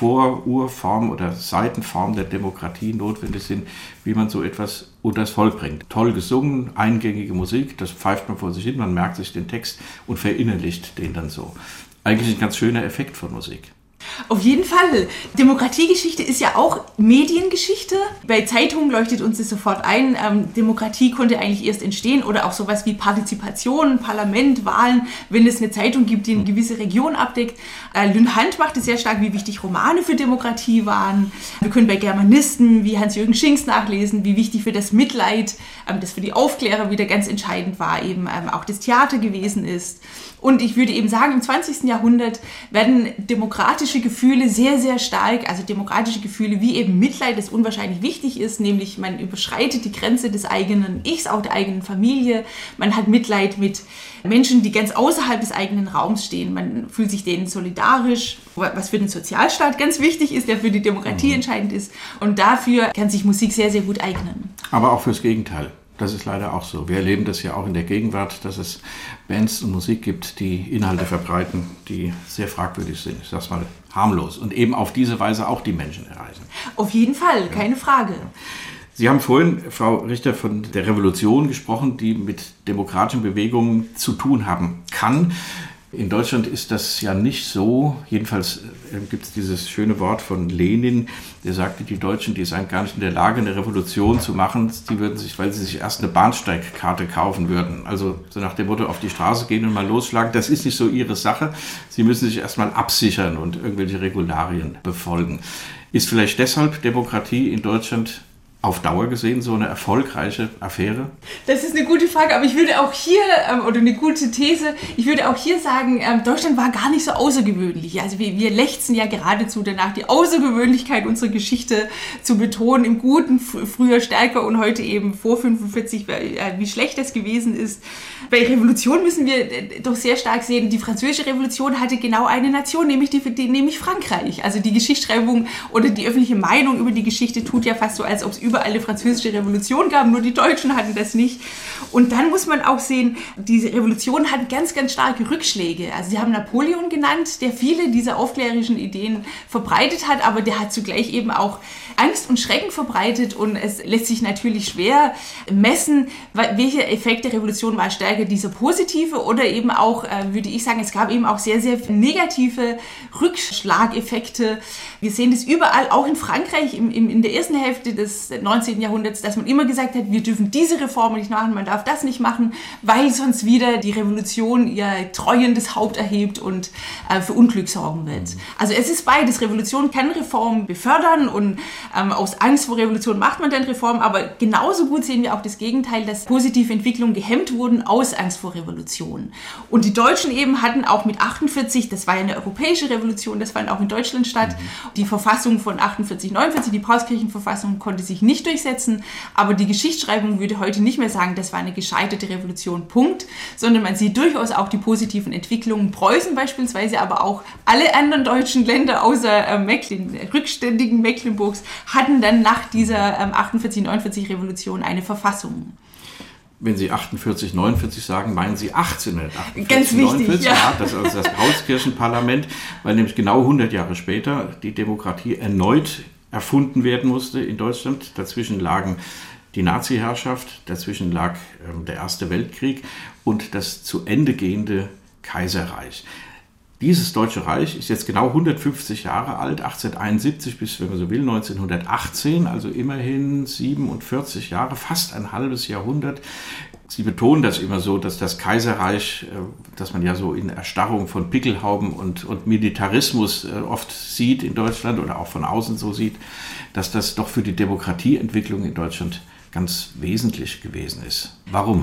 Speaker 2: Vorurform oder Seitenform der Demokratie notwendig sind, wie man so etwas unters Volk bringt. Toll gesungen, eingängige Musik, das pfeift man vor sich hin, man merkt sich den Text und verinnerlicht den dann so. Eigentlich ein ganz schöner Effekt von Musik.
Speaker 3: Auf jeden Fall. Demokratiegeschichte ist ja auch Mediengeschichte. Bei Zeitungen leuchtet uns das sofort ein. Ähm, Demokratie konnte eigentlich erst entstehen oder auch sowas wie Partizipation, Parlament, Wahlen, wenn es eine Zeitung gibt, die eine gewisse Region abdeckt. Äh, Lynn Hunt macht es sehr stark, wie wichtig Romane für Demokratie waren. Wir können bei Germanisten wie Hans-Jürgen Schinks nachlesen, wie wichtig für das Mitleid, ähm, das für die Aufklärer wieder ganz entscheidend war, eben ähm, auch das Theater gewesen ist. Und ich würde eben sagen, im zwanzigsten Jahrhundert werden demokratische Gefühle sehr, sehr stark, also demokratische Gefühle wie eben Mitleid, das unwahrscheinlich wichtig ist, nämlich man überschreitet die Grenze des eigenen Ichs, auch der eigenen Familie. Man hat Mitleid mit Menschen, die ganz außerhalb des eigenen Raums stehen. Man fühlt sich denen solidarisch, was für den Sozialstaat ganz wichtig ist, der für die Demokratie mhm. entscheidend ist. Und dafür kann sich Musik sehr, sehr gut eignen.
Speaker 2: Aber auch fürs Gegenteil. Das ist leider auch so. Wir erleben das ja auch in der Gegenwart, dass es Bands und Musik gibt, die Inhalte verbreiten, die sehr fragwürdig sind. Ich sag's mal harmlos. Und eben auf diese Weise auch die Menschen erreichen.
Speaker 3: Auf jeden Fall, keine Frage.
Speaker 2: Sie haben vorhin, Frau Richter, von der Revolution gesprochen, die mit demokratischen Bewegungen zu tun haben kann. In Deutschland ist das ja nicht so. Jedenfalls äh, gibt es dieses schöne Wort von Lenin, der sagte, die Deutschen, die seien gar nicht in der Lage, eine Revolution zu machen, die würden sich, weil sie sich erst eine Bahnsteigkarte kaufen würden. Also so nach dem Motto, auf die Straße gehen und mal losschlagen, das ist nicht so ihre Sache. Sie müssen sich erstmal absichern und irgendwelche Regularien befolgen. Ist vielleicht deshalb Demokratie in Deutschland auf Dauer gesehen so eine erfolgreiche Affäre?
Speaker 3: Das ist eine gute Frage, aber ich würde auch hier, ähm, oder eine gute These, ich würde auch hier sagen, ähm, Deutschland war gar nicht so außergewöhnlich. Also wir, wir lechzen ja geradezu danach, die Außergewöhnlichkeit unserer Geschichte zu betonen, im Guten f- früher stärker und heute eben vor fünfundvierzig, äh, wie schlecht das gewesen ist. Bei Revolution müssen wir äh, doch sehr stark sehen, die Französische Revolution hatte genau eine Nation, nämlich, die, die, nämlich Frankreich. Also die Geschichtsschreibung oder die öffentliche Meinung über die Geschichte tut ja fast so, als ob es überall eine französische Revolution gab, nur die Deutschen hatten das nicht. Und dann muss man auch sehen, diese Revolution hat ganz, ganz starke Rückschläge. Also sie haben Napoleon genannt, der viele dieser aufklärerischen Ideen verbreitet hat, aber der hat zugleich eben auch Angst und Schrecken verbreitet und es lässt sich natürlich schwer messen, welcher Effekt der Revolution war stärker, dieser positive oder eben auch, würde ich sagen, es gab eben auch sehr, sehr negative Rückschlageffekte. Wir sehen das überall, auch in Frankreich im, im, in der ersten Hälfte des neunzehnten Jahrhunderts, dass man immer gesagt hat, wir dürfen diese Reform nicht machen, man darf das nicht machen, weil sonst wieder die Revolution ihr treuendes Haupt erhebt und äh, für Unglück sorgen wird. Also es ist beides. Revolution kann Reform befördern und ähm, aus Angst vor Revolution macht man dann Reform, aber genauso gut sehen wir auch das Gegenteil, dass positive Entwicklungen gehemmt wurden aus Angst vor Revolution. Und die Deutschen eben hatten auch mit achtundvierzig, das war ja eine europäische Revolution, das fand auch in Deutschland statt, mhm. die Verfassung von achtundvierzig neunundvierzig, die Paulskirchenverfassung konnte sich nicht durchsetzen, aber die Geschichtsschreibung würde heute nicht mehr sagen, das war eine gescheiterte Revolution, Punkt, sondern man sieht durchaus auch die positiven Entwicklungen. Preußen beispielsweise, aber auch alle anderen deutschen Länder außer äh, Mecklen, rückständigen Mecklenburgs hatten dann nach dieser ähm, achtundvierzig neunundvierzig Revolution eine Verfassung.
Speaker 2: Wenn Sie achtundvierzig neunundvierzig sagen, meinen Sie achtzehnhundertachtundvierzig
Speaker 3: Ganz wichtig,
Speaker 2: neunundvierzig,
Speaker 3: ja.
Speaker 2: ja, das ist also das Paulskirchenparlament, weil nämlich genau hundert Jahre später die Demokratie erneut erfunden werden musste in Deutschland. Dazwischen lagen die Nazi-Herrschaft, dazwischen lag ähm, der Erste Weltkrieg und das zu Ende gehende Kaiserreich. Dieses Deutsche Reich ist jetzt genau hundertfünfzig Jahre alt, achtzehnhunderteinundsiebzig bis, wenn man so will, neunzehnhundertachtzehn, also immerhin siebenundvierzig Jahre, fast ein halbes Jahrhundert. Sie betonen das immer so, dass das Kaiserreich, das man ja so in Erstarrung von Pickelhauben und, und Militarismus oft sieht in Deutschland oder auch von außen so sieht, dass das doch für die Demokratieentwicklung in Deutschland ganz wesentlich gewesen ist. Warum?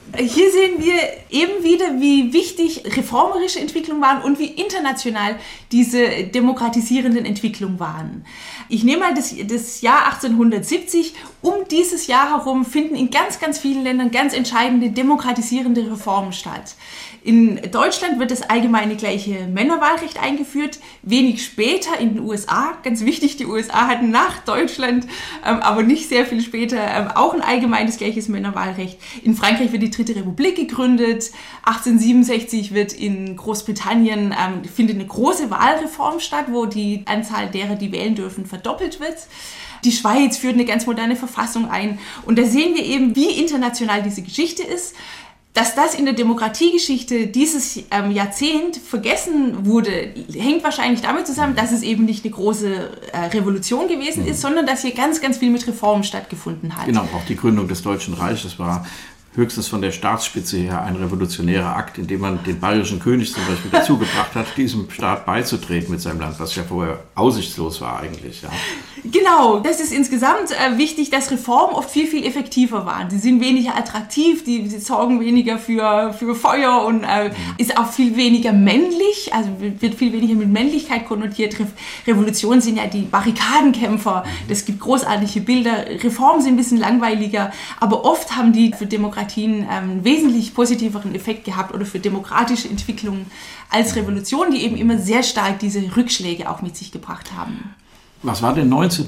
Speaker 3: Hier sehen wir eben wieder, wie wichtig reformerische Entwicklungen waren und wie international diese demokratisierenden Entwicklungen waren. Ich nehme mal das, das Jahr achtzehnhundertsiebzig. Um dieses Jahr herum finden in ganz, ganz vielen Ländern ganz entscheidende demokratisierende Reformen statt. In Deutschland wird das allgemeine gleiche Männerwahlrecht eingeführt. Wenig später in den U S A, ganz wichtig, die U S A hatten nach Deutschland, ähm, aber nicht sehr viel später, ähm, auch ein allgemeines gleiches Männerwahlrecht. In Frankreich wird die Dritte Republik gegründet. achtzehnhundertsiebenundsechzig wird in Großbritannien, ähm, findet eine große Wahlreform statt, wo die Anzahl derer, die wählen dürfen, verdoppelt wird. Die Schweiz führt eine ganz moderne Verfassung ein. Und da sehen wir eben, wie international diese Geschichte ist. Dass das in der Demokratiegeschichte dieses ähm, Jahrzehnt vergessen wurde, hängt wahrscheinlich damit zusammen, dass es eben nicht eine große äh, Revolution gewesen ist, sondern dass hier ganz, ganz viel mit Reformen stattgefunden hat.
Speaker 2: Genau, auch die Gründung des Deutschen Reiches war höchstens von der Staatsspitze her ein revolutionärer Akt, in dem man den bayerischen König zum Beispiel dazu gebracht hat, diesem Staat beizutreten mit seinem Land, was ja vorher aussichtslos war eigentlich. Ja.
Speaker 3: Genau, das ist insgesamt äh, wichtig, dass Reformen oft viel, viel effektiver waren. Sie sind weniger attraktiv, die, sie sorgen weniger für, für Feuer und äh, mhm. ist auch viel weniger männlich, also wird viel weniger mit Männlichkeit konnotiert. Re- Revolutionen sind ja die Barrikadenkämpfer, das gibt großartige Bilder. Reformen sind ein bisschen langweiliger, aber oft haben die für Demokratie einen wesentlich positiveren Effekt gehabt oder für demokratische Entwicklungen als Revolution, die eben immer sehr stark diese Rückschläge auch mit sich gebracht haben.
Speaker 2: Was war denn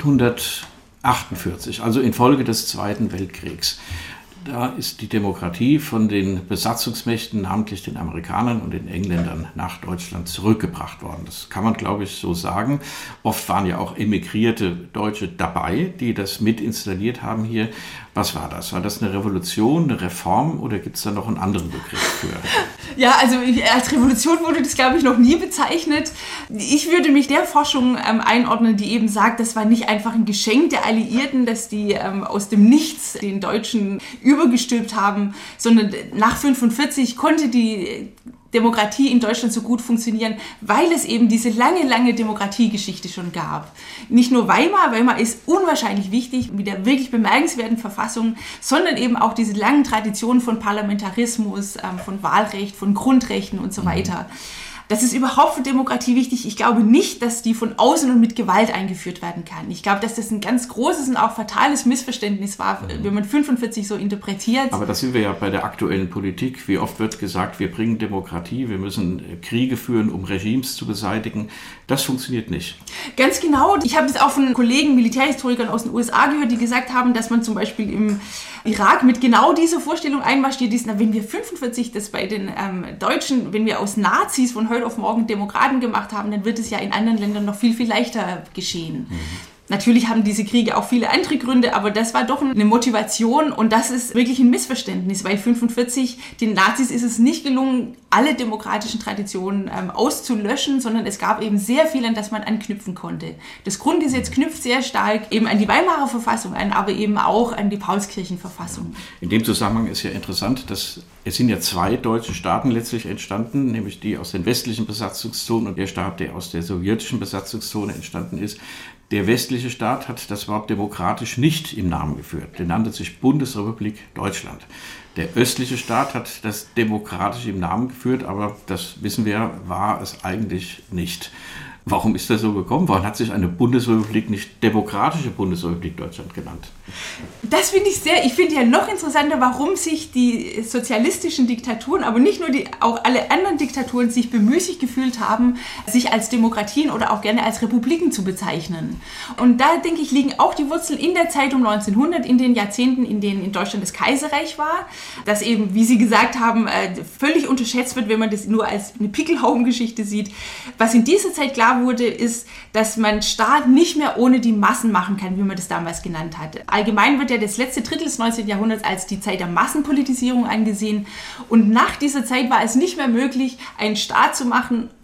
Speaker 2: neunzehnhundertachtundvierzig, also infolge des Zweiten Weltkriegs? Da ist die Demokratie von den Besatzungsmächten, namentlich den Amerikanern und den Engländern, nach Deutschland zurückgebracht worden. Das kann man, glaube ich, so sagen. Oft waren ja auch emigrierte Deutsche dabei, die das mit installiert haben hier. Was war das? War das eine Revolution, eine Reform oder gibt es da noch einen anderen Begriff für?
Speaker 3: Ja, also als Revolution wurde das, glaube ich, noch nie bezeichnet. Ich würde mich der Forschung ähm, einordnen, die eben sagt, das war nicht einfach ein Geschenk der Alliierten, dass die ähm, aus dem Nichts den Deutschen übergestülpt haben, sondern nach fünfundvierzig konnte die Demokratie in Deutschland so gut funktionieren, weil es eben diese lange, lange Demokratiegeschichte schon gab. Nicht nur Weimar, Weimar ist unwahrscheinlich wichtig mit der wirklich bemerkenswerten Verfassung, sondern eben auch diese langen Traditionen von Parlamentarismus, von Wahlrecht, von Grundrechten und so weiter. Das ist überhaupt für Demokratie wichtig. Ich glaube nicht, dass die von außen und mit Gewalt eingeführt werden kann. Ich glaube, dass das ein ganz großes und auch fatales Missverständnis war, wenn man fünfundvierzig so interpretiert.
Speaker 2: Aber da sind wir ja bei der aktuellen Politik. Wie oft wird gesagt, wir bringen Demokratie, wir müssen Kriege führen, um Regimes zu beseitigen. Das funktioniert nicht.
Speaker 3: Ganz genau. Ich habe das auch von Kollegen, Militärhistorikern aus den U S A gehört, die gesagt haben, dass man zum Beispiel im Irak mit genau dieser Vorstellung einmarschiert ist. Na, wenn wir fünfundvierzig das bei den ähm, Deutschen, wenn wir aus Nazis von heute auf morgen Demokraten gemacht haben, dann wird es ja in anderen Ländern noch viel, viel leichter geschehen. Mhm. Natürlich haben diese Kriege auch viele andere Gründe, aber das war doch eine Motivation und das ist wirklich ein Missverständnis, weil fünfundvierzig, den Nazis ist es nicht gelungen, alle demokratischen Traditionen ähm, auszulöschen, sondern es gab eben sehr viel, an das man anknüpfen konnte. Das Grundgesetz knüpft sehr stark eben an die Weimarer Verfassung an, aber eben auch an die Paulskirchenverfassung.
Speaker 2: In dem Zusammenhang ist ja interessant, dass es sind ja zwei deutsche Staaten letztlich entstanden, nämlich die aus den westlichen Besatzungszonen und der Staat, der aus der sowjetischen Besatzungszone entstanden ist. Der westliche Staat hat das Wort demokratisch nicht im Namen geführt. Der nannte sich Bundesrepublik Deutschland. Der östliche Staat hat das demokratisch im Namen geführt, aber das wissen wir, war es eigentlich nicht. Warum ist das so gekommen? Warum hat sich eine Bundesrepublik nicht Demokratische Bundesrepublik Deutschland genannt?
Speaker 3: Das finde ich sehr, ich finde ja noch interessanter, warum sich die sozialistischen Diktaturen, aber nicht nur die, auch alle anderen Diktaturen sich bemüßigt gefühlt haben, sich als Demokratien oder auch gerne als Republiken zu bezeichnen. Und da, denke ich, liegen auch die Wurzeln in der Zeit um neunzehnhundert, in den Jahrzehnten, in denen in Deutschland das Kaiserreich war, das eben, wie Sie gesagt haben, völlig unterschätzt wird, wenn man das nur als eine Pickelhaubengeschichte sieht. Was in dieser Zeit klar wurde, ist, dass man Staat nicht mehr ohne die Massen machen kann, wie man das damals genannt hatte. Allgemein wird ja das letzte Drittel des neunzehnten Jahrhunderts als die Zeit der Massenpolitisierung angesehen und nach dieser Zeit war es nicht mehr möglich, einen Staat zu machen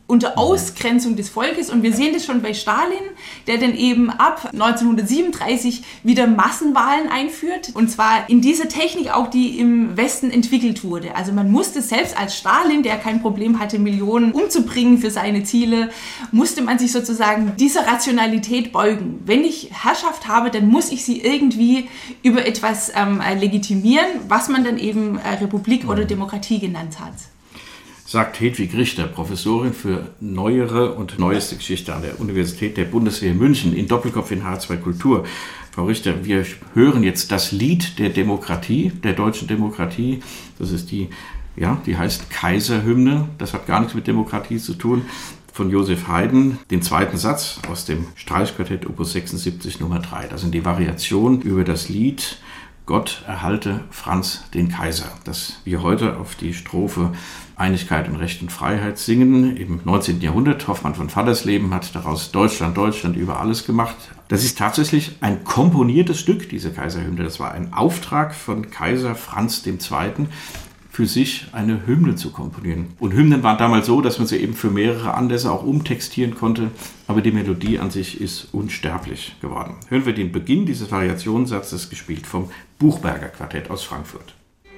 Speaker 3: unter Ausgrenzung des Volkes. Und wir sehen das schon bei Stalin, der dann eben ab neunzehnhundertsiebenunddreißig wieder Massenwahlen einführt. Und zwar in dieser Technik auch, die im Westen entwickelt wurde. Also man musste selbst als Stalin, der kein Problem hatte, Millionen umzubringen für seine Ziele, musste man sich sozusagen dieser Rationalität beugen. Wenn ich Herrschaft habe, dann muss ich sie irgendwie über etwas ähm, legitimieren, was man dann eben äh, Republik oder Demokratie genannt hat.
Speaker 2: Sagt Hedwig Richter, Professorin für neuere und neueste Geschichte an der Universität der Bundeswehr München, in Doppelkopf in H zwei Kultur. Frau Richter, wir hören jetzt das Lied der Demokratie, der deutschen Demokratie. Das ist die, ja, die heißt Kaiserhymne. Das hat gar nichts mit Demokratie zu tun. Von Joseph Haydn, den zweiten Satz aus dem Streichquartett Opus sechsundsiebzig Nummer drei. Das sind die Variationen über das Lied Gott erhalte Franz den Kaiser, das wir heute auf die Strophe Einigkeit und Recht und Freiheit singen. Im neunzehnten Jahrhundert, Hoffmann von Fallersleben hat daraus Deutschland, Deutschland über alles gemacht. Das ist tatsächlich ein komponiertes Stück, diese Kaiserhymne. Das war ein Auftrag von Kaiser Franz der Zweite., für sich eine Hymne zu komponieren. Und Hymnen waren damals so, dass man sie eben für mehrere Anlässe auch umtextieren konnte, aber die Melodie an sich ist unsterblich geworden. Hören wir den Beginn dieses Variationssatzes, gespielt vom Buchberger Quartett aus Frankfurt.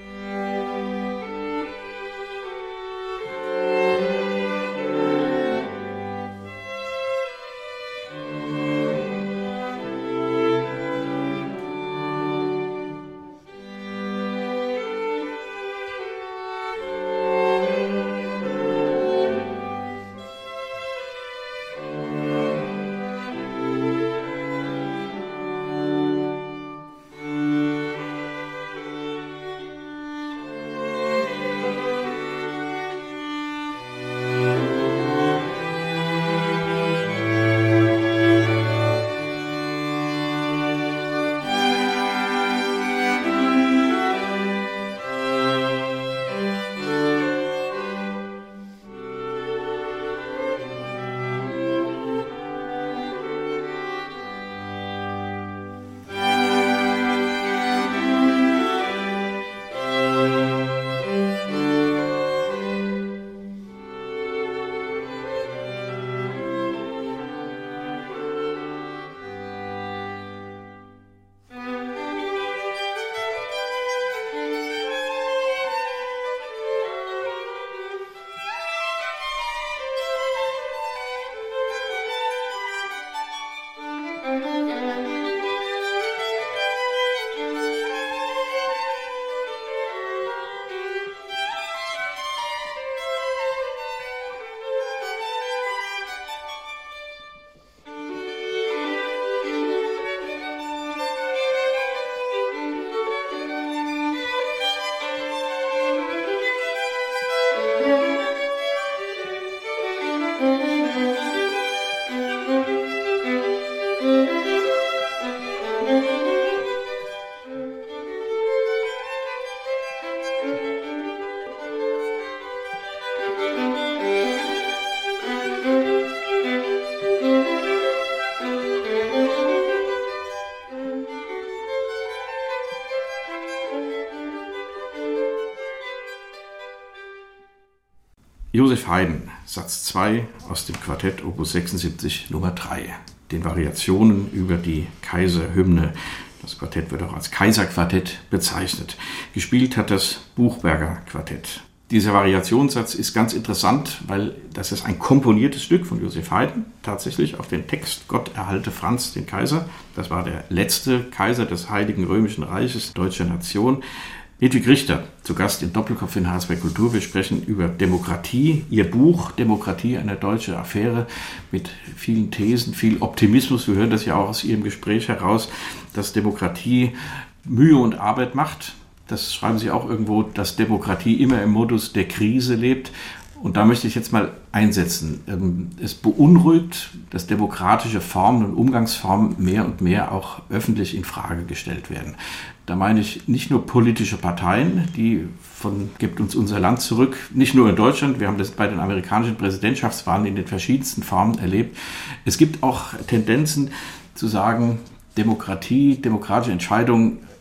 Speaker 2: Joseph Haydn, Satz zwei aus dem Quartett Opus sechsundsiebzig Nummer drei, den Variationen über die Kaiserhymne. Das Quartett wird auch als Kaiserquartett bezeichnet. Gespielt hat das Buchberger Quartett. Dieser Variationssatz ist ganz interessant, weil das ist ein komponiertes Stück von Joseph Haydn, tatsächlich auf den Text Gott erhalte Franz den Kaiser. Das war der letzte Kaiser des Heiligen Römischen Reiches, deutscher Nation. Hedwig Richter, zu Gast in Doppelkopf in H zwei Kultur. Wir sprechen über Demokratie. Ihr Buch Demokratie, eine deutsche Affäre, mit vielen Thesen, viel Optimismus. Wir hören das ja auch aus Ihrem Gespräch heraus, dass Demokratie Mühe und Arbeit macht. Das schreiben Sie auch irgendwo, dass Demokratie immer im Modus der Krise lebt. Und da möchte ich jetzt mal einsetzen. Es beunruhigt, dass demokratische Formen und Umgangsformen mehr und mehr auch öffentlich in Frage gestellt werden. Da meine ich nicht nur politische Parteien, die von gibt uns unser Land zurück, nicht nur in Deutschland, wir haben das bei den amerikanischen Präsidentschaftswahlen in den verschiedensten Formen erlebt. Es gibt auch Tendenzen zu sagen, Demokratie, demokratische Entscheidungen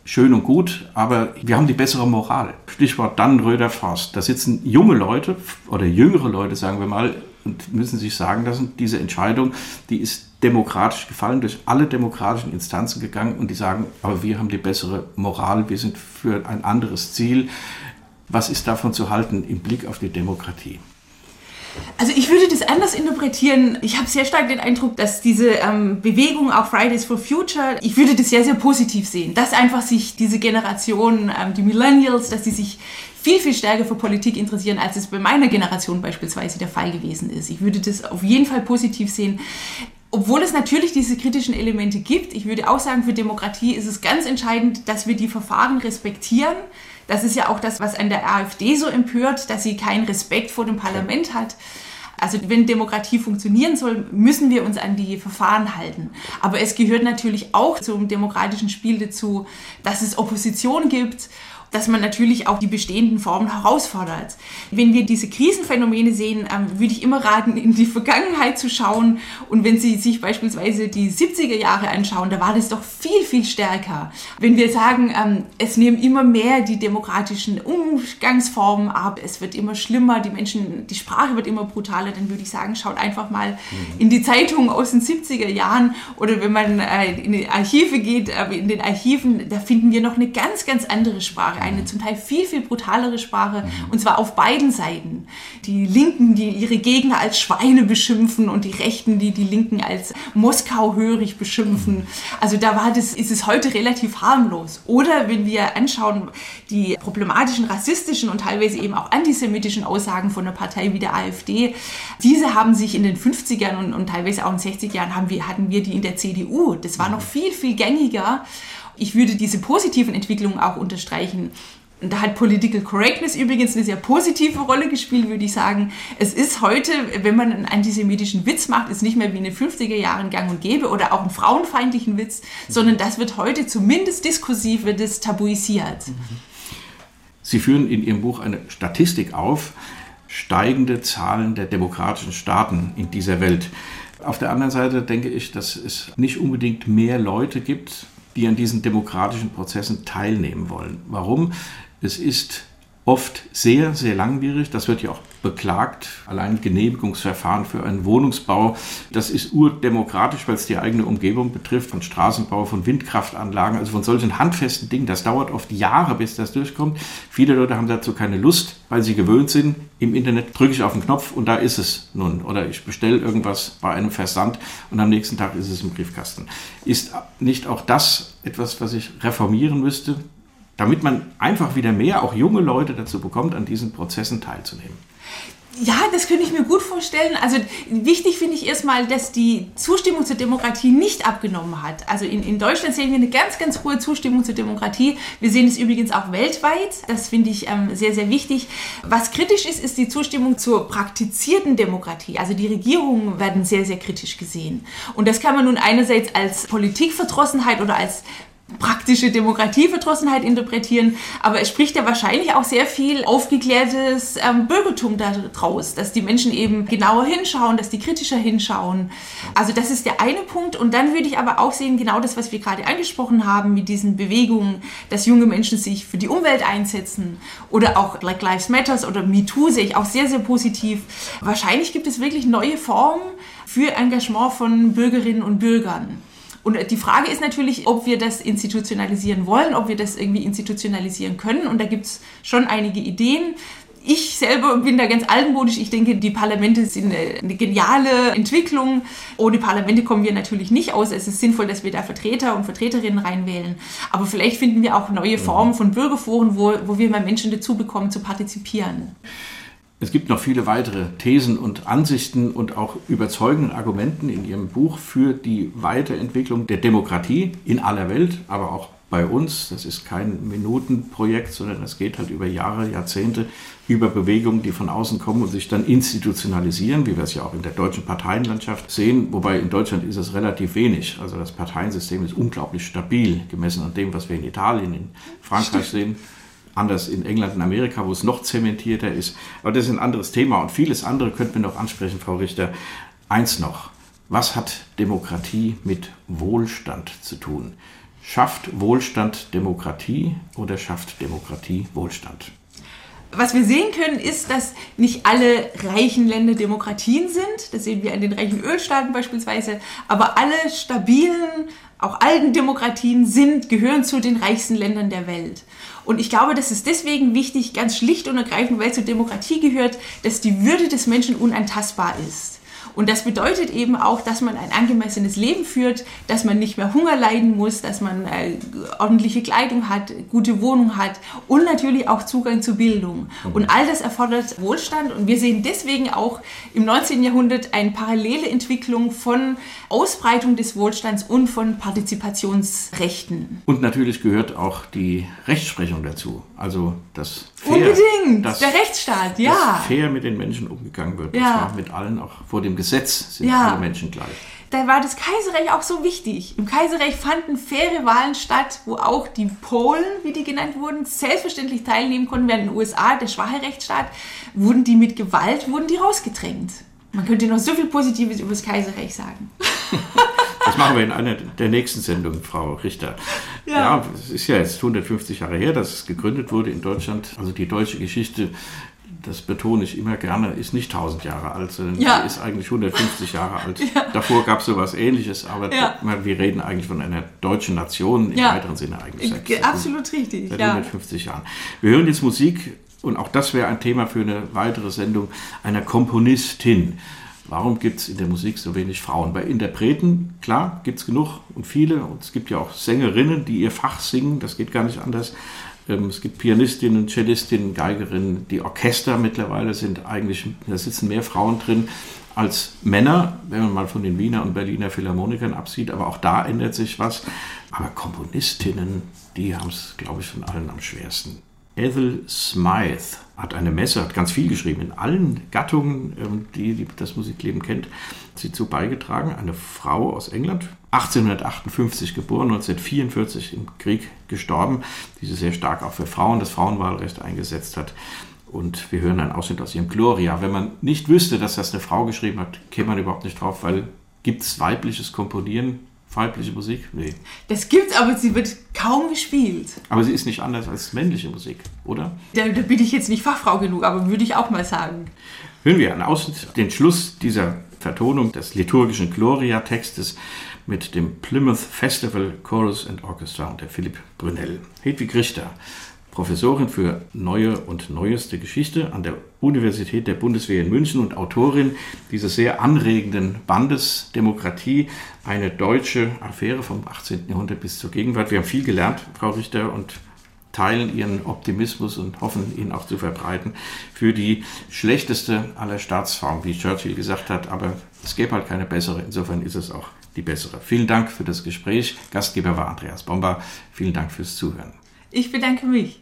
Speaker 2: schön und gut, aber wir haben die bessere Moral. Stichwort Dannenröder Forst. Da sitzen junge Leute oder jüngere Leute, sagen wir mal, und müssen sich sagen lassen, diese Entscheidung, die ist demokratisch gefallen, durch alle demokratischen Instanzen gegangen und die sagen, aber wir haben die bessere Moral, wir sind für ein anderes Ziel. Was ist davon zu halten im Blick auf die Demokratie?
Speaker 3: Also ich würde das anders interpretieren. Ich habe sehr stark den Eindruck, dass diese ähm, Bewegung, auch Fridays for Future, ich würde das sehr, sehr positiv sehen. Dass einfach sich diese Generation, ähm, die Millennials, dass die sich viel, viel stärker für Politik interessieren, als es bei meiner Generation beispielsweise der Fall gewesen ist. Ich würde das auf jeden Fall positiv sehen. Obwohl es natürlich diese kritischen Elemente gibt. Ich würde auch sagen, für Demokratie ist es ganz entscheidend, dass wir die Verfahren respektieren. Das ist ja auch das, was an der AfD so empört, dass sie keinen Respekt vor dem Parlament hat. Also wenn Demokratie funktionieren soll, müssen wir uns an die Verfahren halten. Aber es gehört natürlich auch zum demokratischen Spiel dazu, dass es Opposition gibt, dass man natürlich auch die bestehenden Formen herausfordert. Wenn wir diese Krisenphänomene sehen, ähm, würde ich immer raten, in die Vergangenheit zu schauen. Und wenn Sie sich beispielsweise die siebziger Jahre anschauen, da war das doch viel, viel stärker. Wenn wir sagen, ähm, es nehmen immer mehr die demokratischen Umgangsformen ab, es wird immer schlimmer, die Menschen, die Sprache wird immer brutaler, dann würde ich sagen, schaut einfach mal mhm. in die Zeitungen aus den siebziger Jahren oder wenn man äh, in die Archive geht, äh, in den Archiven, da finden wir noch eine ganz, ganz andere Sprache. Eine zum Teil viel, viel brutalere Sprache, und zwar auf beiden Seiten. Die Linken, die ihre Gegner als Schweine beschimpfen und die Rechten, die die Linken als Moskau-hörig beschimpfen. Also da war das, ist es heute relativ harmlos. Oder wenn wir anschauen, die problematischen, rassistischen und teilweise eben auch antisemitischen Aussagen von einer Partei wie der AfD, diese haben sich in den fünfzigern und, und teilweise auch in den sechziger Jahren haben wir, hatten wir die in der C D U. Das war noch viel, viel gängiger. Ich würde diese positiven Entwicklungen auch unterstreichen. Und da hat Political Correctness übrigens eine sehr positive Rolle gespielt, würde ich sagen. Es ist heute, wenn man einen antisemitischen Witz macht, ist nicht mehr wie in den fünfziger Jahren gang und gäbe oder auch einen frauenfeindlichen Witz, sondern das wird heute zumindest diskursiv, wird es tabuisiert.
Speaker 2: Sie führen in Ihrem Buch eine Statistik auf, steigende Zahlen der demokratischen Staaten in dieser Welt. Auf der anderen Seite denke ich, dass es nicht unbedingt mehr Leute gibt, die an diesen demokratischen Prozessen teilnehmen wollen. Warum? Es ist oft sehr, sehr langwierig. Das wird ja auch beklagt. Allein Genehmigungsverfahren für einen Wohnungsbau, das ist urdemokratisch, weil es die eigene Umgebung betrifft, von Straßenbau, von Windkraftanlagen, also von solchen handfesten Dingen. Das dauert oft Jahre, bis das durchkommt. Viele Leute haben dazu keine Lust, weil sie gewöhnt sind. Im Internet drücke ich auf den Knopf und da ist es nun. Oder ich bestelle irgendwas bei einem Versand und am nächsten Tag ist es im Briefkasten. Ist nicht auch das etwas, was ich reformieren müsste, damit man einfach wieder mehr, auch junge Leute dazu bekommt, an diesen Prozessen teilzunehmen?
Speaker 3: Ja, das könnte ich mir gut vorstellen. Also wichtig finde ich erstmal, dass die Zustimmung zur Demokratie nicht abgenommen hat. Also in, in Deutschland sehen wir eine ganz, ganz hohe Zustimmung zur Demokratie. Wir sehen es übrigens auch weltweit. Das finde ich ähm, sehr, sehr wichtig. Was kritisch ist, ist die Zustimmung zur praktizierten Demokratie. Also die Regierungen werden sehr, sehr kritisch gesehen. Und das kann man nun einerseits als Politikverdrossenheit oder als praktische Demokratieverdrossenheit interpretieren, aber es spricht ja wahrscheinlich auch sehr viel aufgeklärtes ähm, Bürgertum daraus, dass die Menschen eben genauer hinschauen, dass die kritischer hinschauen. Also das ist der eine Punkt. Und dann würde ich aber auch sehen, genau das, was wir gerade angesprochen haben mit diesen Bewegungen, dass junge Menschen sich für die Umwelt einsetzen oder auch Black Lives Matter oder MeToo sehe ich auch sehr, sehr positiv. Wahrscheinlich gibt es wirklich neue Formen für Engagement von Bürgerinnen und Bürgern. Und die Frage ist natürlich, ob wir das institutionalisieren wollen, ob wir das irgendwie institutionalisieren können. Und da gibt es schon einige Ideen. Ich selber bin da ganz altmodisch. Ich denke, die Parlamente sind eine geniale Entwicklung. Ohne Parlamente kommen wir natürlich nicht aus. Es ist sinnvoll, dass wir da Vertreter und Vertreterinnen reinwählen. Aber vielleicht finden wir auch neue Formen von Bürgerforen, wo, wo wir mal Menschen dazu bekommen, zu partizipieren.
Speaker 2: Es gibt noch viele weitere Thesen und Ansichten und auch überzeugende Argumenten in Ihrem Buch für die Weiterentwicklung der Demokratie in aller Welt, aber auch bei uns. Das ist kein Minutenprojekt, sondern es geht halt über Jahre, Jahrzehnte, über Bewegungen, die von außen kommen und sich dann institutionalisieren, wie wir es ja auch in der deutschen Parteienlandschaft sehen. Wobei in Deutschland ist es relativ wenig. Also das Parteiensystem ist unglaublich stabil, gemessen an dem, was wir in Italien, in Frankreich sehen. Anders in England und Amerika, wo es noch zementierter ist. Aber das ist ein anderes Thema und vieles andere könnten wir noch ansprechen, Frau Richter. Eins noch, was hat Demokratie mit Wohlstand zu tun? Schafft Wohlstand Demokratie oder schafft Demokratie Wohlstand?
Speaker 3: Was wir sehen können, ist, dass nicht alle reichen Länder Demokratien sind. Das sehen wir an den reichen Ölstaaten beispielsweise. Aber alle stabilen, auch alten Demokratien sind, gehören zu den reichsten Ländern der Welt. Und ich glaube, das ist deswegen wichtig, ganz schlicht und ergreifend, weil zur Demokratie gehört, dass die Würde des Menschen unantastbar ist. Und das bedeutet eben auch, dass man ein angemessenes Leben führt, dass man nicht mehr Hunger leiden muss, dass man äh, ordentliche Kleidung hat, gute Wohnung hat und natürlich auch Zugang zu Bildung. Und all das erfordert Wohlstand. Und wir sehen deswegen auch im neunzehnten Jahrhundert eine parallele Entwicklung von Ausbreitung des Wohlstands und von Partizipationsrechten.
Speaker 2: Und natürlich gehört auch die Rechtsprechung dazu. Also das fair,
Speaker 3: Unbedingt,
Speaker 2: dass,
Speaker 3: der Rechtsstaat, ja.
Speaker 2: Dass fair mit den Menschen umgegangen wird.
Speaker 3: Ja.
Speaker 2: Und zwar mit allen, auch vor dem Gesetz sind
Speaker 3: Ja.
Speaker 2: alle Menschen gleich.
Speaker 3: Da war das Kaiserreich auch so wichtig. Im Kaiserreich fanden faire Wahlen statt, wo auch die Polen, wie die genannt wurden, selbstverständlich teilnehmen konnten. Während in den U S A, der schwache Rechtsstaat, wurden die mit Gewalt, wurden die rausgedrängt. Man könnte noch so viel Positives über das Kaiserreich sagen.
Speaker 2: Das machen wir in einer der nächsten Sendungen, Frau Richter.
Speaker 3: Ja.
Speaker 2: Ja, es ist ja jetzt hundertfünfzig Jahre her, dass es gegründet wurde in Deutschland. Also die deutsche Geschichte, das betone ich immer gerne, ist nicht tausend Jahre alt, sondern
Speaker 3: Ja.
Speaker 2: die ist eigentlich hundertfünfzig Jahre alt.
Speaker 3: Ja.
Speaker 2: Davor gab es sowas Ähnliches, aber
Speaker 3: Ja.
Speaker 2: wir reden eigentlich von einer deutschen Nation, im
Speaker 3: Ja.
Speaker 2: weiteren Sinne eigentlich. Seit,
Speaker 3: Äh, Absolut richtig,
Speaker 2: Seit
Speaker 3: ja.
Speaker 2: hundertfünfzig Jahren. Wir hören jetzt Musik, und auch das wäre ein Thema für eine weitere Sendung, einer Komponistin. Warum gibt es in der Musik so wenig Frauen? Bei Interpreten, klar, gibt es genug und viele. Und es gibt ja auch Sängerinnen, die ihr Fach singen. Das geht gar nicht anders. Ähm, es gibt Pianistinnen, Cellistinnen, Geigerinnen. Die Orchester mittlerweile sind eigentlich, da sitzen mehr Frauen drin als Männer, wenn man mal von den Wiener und Berliner Philharmonikern absieht. Aber auch da ändert sich was. Aber Komponistinnen, die haben es, glaube ich, von allen am schwersten. Ethel Smythe hat eine Messe, hat ganz viel geschrieben, in allen Gattungen, die, die das Musikleben kennt, hat sie zu beigetragen. Eine Frau aus England, achtzehnhundertachtundfünfzig geboren, neunzehnhundertvierundvierzig im Krieg gestorben, die sich sehr stark auch für Frauen, das Frauenwahlrecht eingesetzt hat. Und wir hören einen Ausschnitt aus ihrem Gloria. Wenn man nicht wüsste, dass das eine Frau geschrieben hat, käme man überhaupt nicht drauf, weil gibt es weibliches Komponieren? Weibliche Musik? Nee.
Speaker 3: Das gibt's, aber sie wird kaum gespielt.
Speaker 2: Aber sie ist nicht anders als männliche Musik, oder?
Speaker 3: Da, da bin ich jetzt nicht Fachfrau genug, aber würde ich auch mal sagen.
Speaker 2: Hören wir einen Ausschnitt, den Schluss dieser Vertonung des liturgischen Gloria-Textes mit dem Plymouth Festival Chorus and Orchestra und der Philipp Brünel. Hedwig Richter, Professorin für Neue und Neueste Geschichte an der Universität der Bundeswehr in München und Autorin dieses sehr anregenden Bandes Demokratie, eine deutsche Affäre vom achtzehnten Jahrhundert bis zur Gegenwart. Wir haben viel gelernt, Frau Richter, und teilen Ihren Optimismus und hoffen, ihn auch zu verbreiten für die schlechteste aller Staatsformen, wie Churchill gesagt hat, aber es gäbe halt keine bessere, insofern ist es auch die bessere. Vielen Dank für das Gespräch. Gastgeber war Andreas Bomba. Vielen Dank fürs Zuhören.
Speaker 3: Ich bedanke mich.